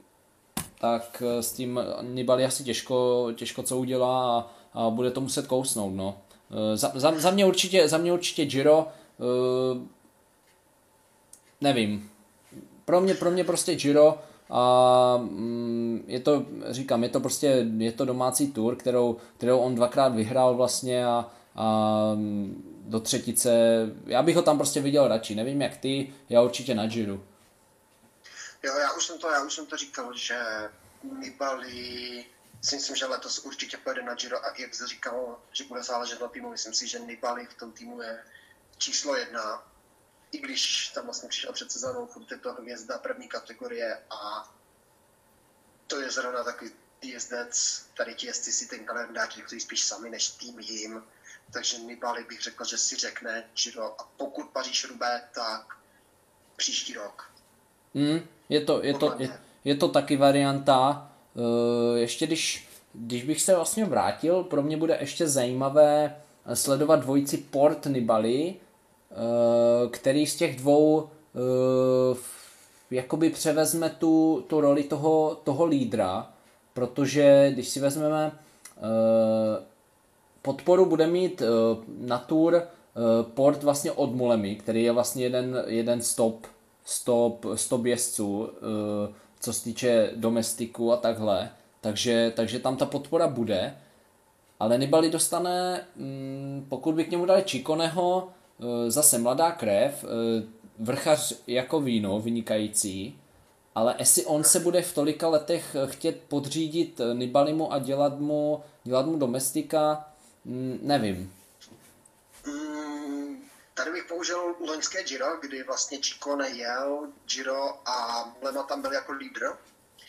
tak s tím Nibali asi těžko, těžko co udělá a, a bude to muset kousnout. No. Za, za, za, mě určitě, za mě určitě Giro, uh, nevím, pro mě, pro mě prostě Giro. A je to, říkám, je to prostě, je to domácí tour, kterou, kterou on dvakrát vyhrál vlastně a, a do třetice, já bych ho tam prostě viděl radši, nevím jak ty, já určitě na Giro. Jo, já už jsem to, já už jsem to říkal, že Nibali, si myslím, že letos určitě pojede na Giro a jak jsi říkal, že bude záležet na týmu, myslím si, že Nibali v tom týmu je číslo jedna. i když tam vlastně přišel před sezónou, furt je to hvězda první kategorie a to je zrovna takový jezdec, tady ti jezdci si ten kalendář řekli spíš sami než tým jim, takže Nibali bych řekl, že si řekne Giro a pokud Paříž-Roubaix, tak příští rok. Mm, je, to, je, to, je, je to taky varianta. Uh, ještě když, když bych se vlastně vrátil, pro mě bude ještě zajímavé sledovat dvojici Port Nibali, uh, který z těch dvou uh, jakoby převezme tu, tu roli toho, toho lídra, protože když si vezmeme uh, podporu bude mít uh, na Tour uh, Port vlastně od Mulemi, který je vlastně jeden, jeden stop, stop, stop jezdců, uh, co se týče domestiku a takhle. Takže, takže tam ta podpora bude. Ale Nibali dostane, mm, pokud by k němu dali Ciconeho, uh, zase mladá krev, uh, vrchař jako víno, vynikající, ale jestli on se bude v tolika letech chtět podřídit Nibalimu a dělat mu, dělat mu domestika, nevím. Mm, tady bych použil loňské Giro, kdy vlastně Ciccone jel Giro a Mulema tam byl jako lídr.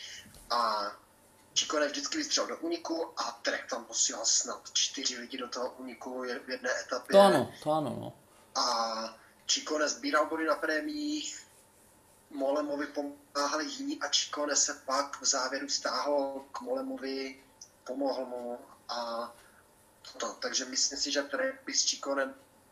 A Ciccone vždycky vystřelil do úniku a Trek tam posílal snad čtyři lidi do toho úniku v jedné etapě. To ano, to ano. No. A Ciccone sbíral body na prémiích, Molemovi pomáhali jiní a Ciccone se pak v závěru stáhl k Molemovi, pomohl mu a to. Takže myslím si, že Trek by s Cicconem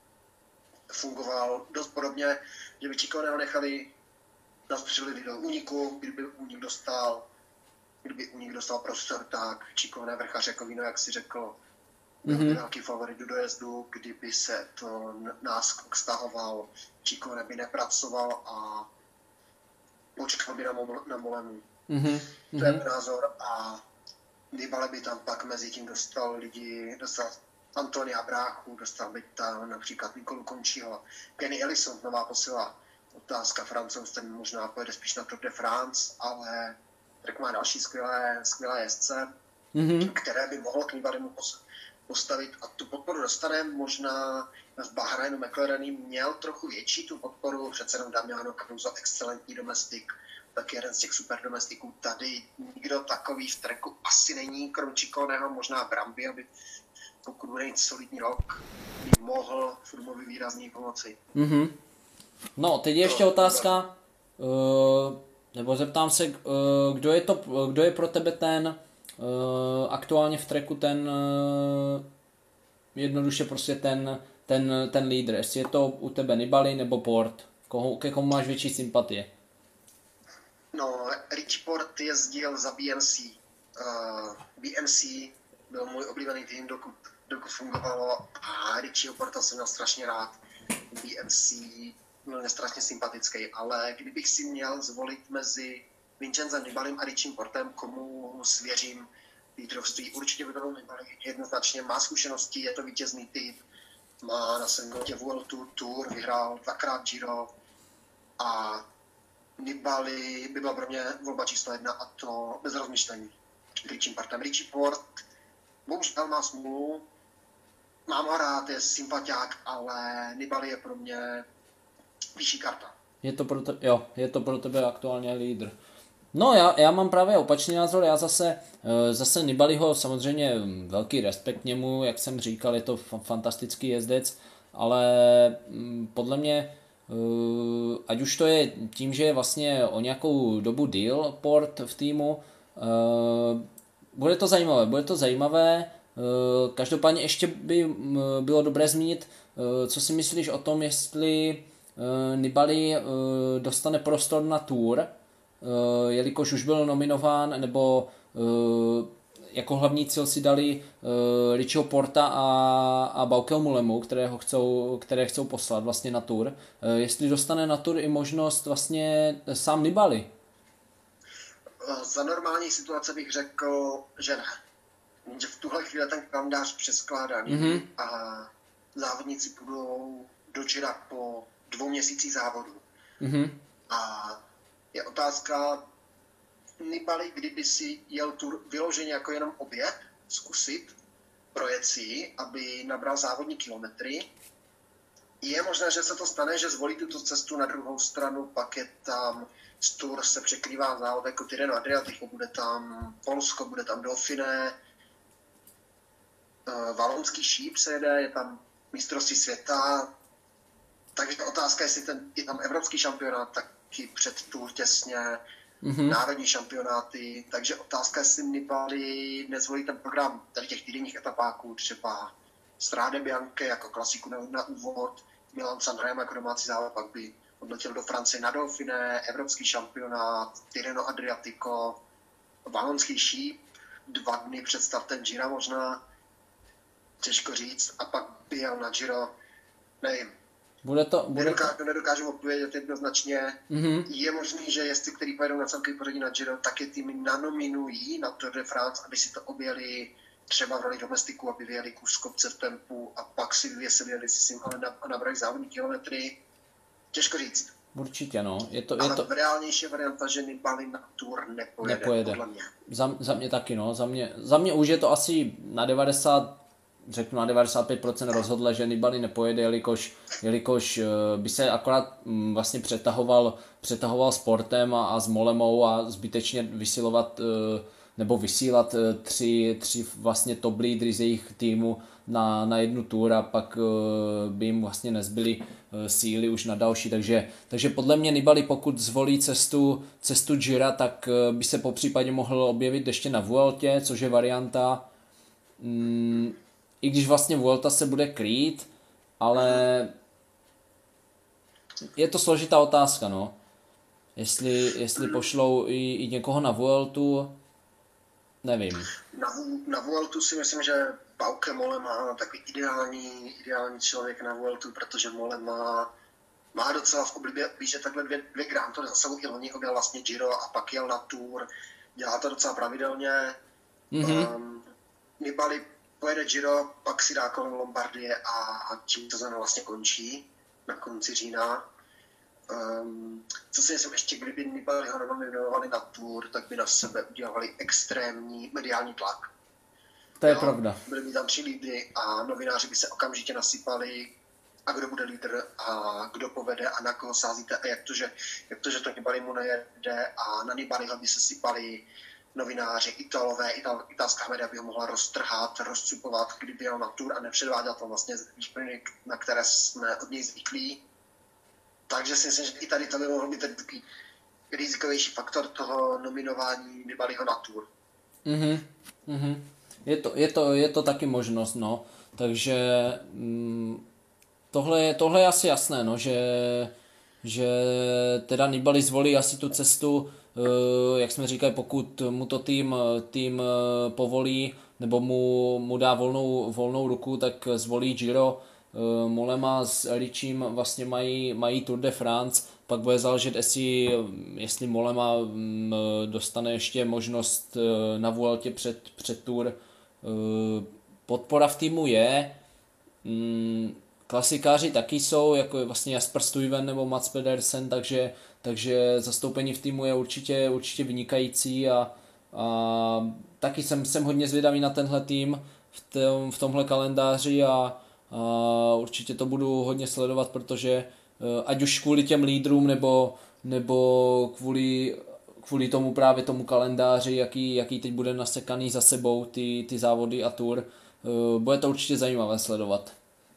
fungoval dost podobně, že by Cicconeho nechali nastřelit do úniku, kdyby únik dostal, kdyby únik dostal prostor, tak Ciccone vrchař jako víno, jak si řekl, byl mm-hmm. velký favorit do dojezdu, kdyby se to náskok stahoval, Ciccone by nepracoval a počkal by na, mo- na Molemu. Mm-hmm. To je můj názor a Nibali by tam pak mezi tím dostal lidi, dostal Antonia Bráchu, dostal by tam například Nikolu Končího, Kenny Ellison, nová posila. Otázka, Francouz, ten možná pojede spíš na Tour de France, ale Trek má další skvělé, skvělé jezdce, mm-hmm. které by mohl k Nibalimu postavit a tu podporu dostane. Možná v Bahrajnu McLareny měl trochu větší tu podporu, přece jenom Damiano Caruso, excelentní domestik, tak jeden z těch super domestiků. Tady nikdo takový v Treku asi není, krom Cicconeho, možná Bramby, aby pokud bude mít solidní rok, by mohl Froomovi výrazně pomoci. Mm-hmm. No, teď je ještě to, otázka, uh, nebo zeptám se, uh, kdo, je to, kdo je pro tebe ten uh, aktuálně v Treku ten uh, jednoduše prostě ten, ten, ten lídr, jestli je to u tebe Nibali nebo Port, koho, ke komu máš větší sympatie? No, Richie Port jezdil za B M C. Uh, B M C byl můj oblíbený tým, dokud, dokud fungovalo a Richieho Porta jsem měl strašně rád. B M C byl mě strašně sympatický, ale kdybych si měl zvolit mezi Vincenzem Nibalim a Richiem Portem, komu svěřím lídrovství, určitě by byl Nibali. Jednoznačně má zkušenosti, je to vítězný typ, má na svém kontě World Tour, Tour, vyhrál dvakrát Giro a Nibali by byla pro mě volba číslo jedna a to bez rozmyšlení. Richiem Portem. Richie Port bohužel má smůlu, mám ho rád, je sympatiák, ale Nibali je pro mě vyšší karta. Je to pro, te, jo, je to pro tebe aktuálně lídr. No já, já mám právě opačný názor, já zase, zase Nibaliho samozřejmě velký respekt němu, jak jsem říkal, je to fantastický jezdec, ale podle mě Uh, ať už to je tím, že je vlastně o nějakou dobu deal Port v týmu, uh, bude to zajímavé, bude to zajímavé, uh, každopádně ještě by uh, bylo dobré zmínit, uh, co si myslíš o tom, jestli uh, Nibali uh, dostane prostor na Tour, uh, jelikož už byl nominován, nebo uh, jako hlavní cíl si dali uh, Richieho Porta a, a Baukeho Mulemu, které, ho chcou, které chcou poslat vlastně na Tour. Uh, jestli dostane na Tour i možnost vlastně sám Nibali? Za normální situace bych řekl, že ne. Že v tuhle chvíli ten kalendář přeskládaný mm-hmm. a závodníci půjdou do Gira po dvou měsících závodu. Mm-hmm. A je otázka, Nibali, kdyby si jel Tour vyloženě jako jenom oběh, zkusit, projet si, aby nabral závodní kilometry Je možné, že se to stane, že zvolí tuto cestu, na druhou stranu pak je tam z Tour se překrývá závod jako Tirreno Adriatico, bude tam Polsko, bude tam Dauphiné, valonský šíp se jede, je tam mistrovství světa, takže otázka, jestli ten, je tam evropský šampionát taky před Tour těsně, mm-hmm. národní šampionáty, takže otázka, jestli Nibali nezvolí ten program tady těch týdenních etapáků, třeba Strade Bianche jako klasiku na, na úvod, Milan Sanremo jako domácí závod, pak by odletěl do Francie na Dauphiné, evropský šampionát, Tirreno Adriatico, valonský šíp, dva dny před startem Gira možná, těžko říct, a pak by jel na Giro, nevím. Bude to, bude Nedokážu, nedokážu odpovědět jednoznačně. Mm-hmm. Je možný, že jestli který pojedou na celkový pořadí na Giro, tak je týmy nanominují na Tour de France, aby si to objeli třeba v roli domestiku, aby vyjeli kus kopce v tempu a pak si vyvěsili si sim, ale nabrali závodní kilometry. Těžko říct. Určitě, no. Je to, je ale to... reálnější varianta, že Nibali na Tour nepojede, nepojede. podle mě. Za, za mě taky, no. Za mě, za mě už je to asi na devadesát, řeknu na devadesát pět procent rozhodle, že Nibali nepojede, jelikož, jelikož by se akorát vlastně přetahoval, přetahoval sportem a, a s Molemou a zbytečně vysilovat nebo vysílat tři, tři vlastně top lídry z jejich týmu na, na jednu tour a pak by jim vlastně nezbyly síly už na další, takže, takže podle mě Nibali, pokud zvolí cestu, cestu Gira, tak by se po případě mohl objevit ještě na Vueltě, což je varianta, mm, i když vlastně Vuelta se bude krýt, ale je to složitá otázka, no. Jestli, jestli pošlou i, i někoho na Vueltu, nevím. Na, na Vueltu si myslím, že Bauke Mollema takový ideální, ideální člověk na Vueltu, protože Mollema má docela v oblibě, víš, že takhle dvě, dvě Grand Tour za sebou i loni objel vlastně Giro a pak jel na Tour. Dělá to docela pravidelně. Mm-hmm. Um, Nibali pojede Giro, pak si dá kolem Lombardie a, a tím sezóna vlastně končí na konci října. Um, co si myslím, ještě kdyby Nibali ho nominovali na Tour, tak by na sebe udělali extrémní mediální tlak. To je jo, pravda. Byly by tam tři lídry a novináři by se okamžitě nasypali, a kdo bude lídr a kdo povede a na koho sázíte a jak to, že, jak to, že to Nibali mu nejede a na Nibaliho by se sypali novináři, Italové, ital, italská média by ho mohla roztrhat, rozcupovat, kdyby jel na Tour a nepředváděl to vlastně výplny, na které jsme od něj zvyklí. Takže si myslím, že i tady to by mohl být ten takový rizikovější faktor toho nominování Nibaliho na Tour. Mhm, mhm. Je to, je to, je to taky možnost, no. Takže mm, tohle, je, tohle je asi jasné, no, že, že teda Nibali zvolí asi tu cestu, uh, jak jsme říkali, pokud mu to tým, tým uh, povolí, nebo mu, mu dá volnou, volnou ruku, tak zvolí Giro. Uh, Mollema s Eričím vlastně mají, mají Tour de France, pak bude záležet, jestli, jestli Mollema um, dostane ještě možnost uh, na Vueltě před, před Tour. Podpora v týmu je, klasikáři taky jsou, jako je vlastně Jasper Stuyven nebo Mats Pedersen, takže, takže zastoupení v týmu je určitě, určitě vynikající a, a taky jsem, jsem hodně zvědavý na tenhle tým v, tom, v tomhle kalendáři a, a určitě to budu hodně sledovat, protože ať už kvůli těm lídrům nebo, nebo kvůli kvůli tomu právě tomu kalendáři, jaký, jaký teď bude nasekaný za sebou ty, ty závody a Tour. Bude to určitě zajímavé sledovat.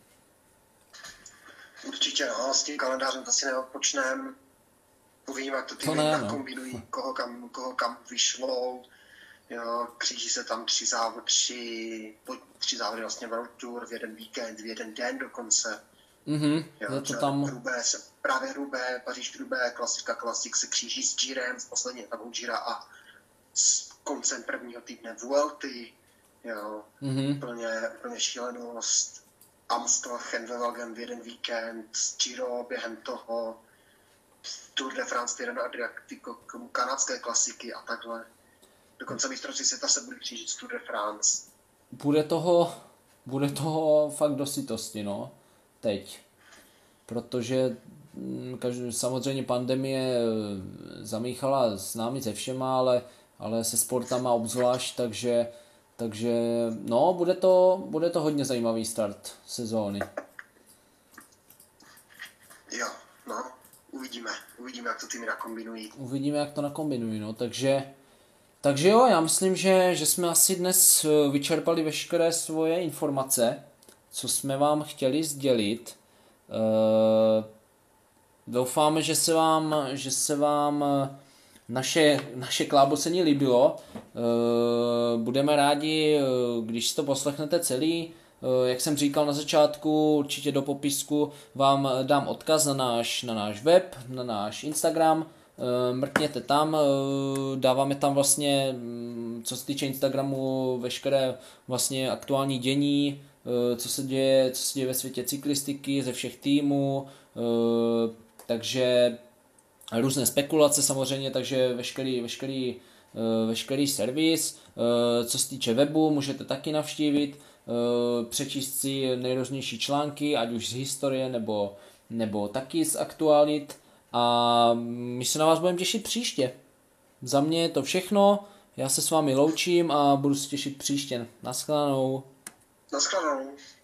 Určitě no, s tím kalendářem to si neodpočneme. Uvidíme, jak to týmy ne, nakombinují, no. koho, kam, koho kam vyšlou. Jo, kříží se tam tři závody, tři, tři závody vlastně World Tour v jeden víkend, v jeden den dokonce. Mm-hmm, jo, je to tam... Hrubé se, právě Hrubé, Paříž Hrubé, klasika klasik se kříží s Girem, s poslední etapou Gira a s koncem prvního týdne Vuelty, jo, mm-hmm. plně, plně šílenost. Amstel, Chenvelgen v jeden víkend, Giro během toho, Tour de France, Tirreno Adriatico, kanadské klasiky a takhle. Dokonce mistrovství světa se bude křížit s Tour de France. Bude toho, bude toho fakt dosytosti, no. Teď. Protože každý, samozřejmě pandemie zamíchala s námi se všema, ale, ale se sportama obzvlášť, takže, takže no, bude to, bude to hodně zajímavý start sezóny. uvidíme. Uvidíme, jak to týmy nakombinují. Uvidíme, jak to nakombinují, no, takže... Takže jo, já myslím, že, že jsme asi dnes vyčerpali veškeré svoje informace, co jsme vám chtěli sdělit. E, doufáme, že se vám, že se vám naše, naše klábosení líbilo. E, budeme rádi, když si to poslechnete celý. E, jak jsem říkal na začátku, určitě do popisku vám dám odkaz na náš, na náš web, na náš Instagram. Mrkněte tam, dáváme tam vlastně, co se týče Instagramu, veškeré vlastně aktuální dění, co se děje, co se děje ve světě cyklistiky, ze všech týmů, takže různé spekulace samozřejmě, takže veškerý, veškerý, veškerý servis, co se týče webu, můžete taky navštívit, přečíst si nejrůznější články, ať už z historie nebo, nebo taky z aktualit. A my se na vás budeme těšit příště. Za mě je to všechno, já se s vámi loučím a budu se těšit příště. Naschledanou. Naschledanou.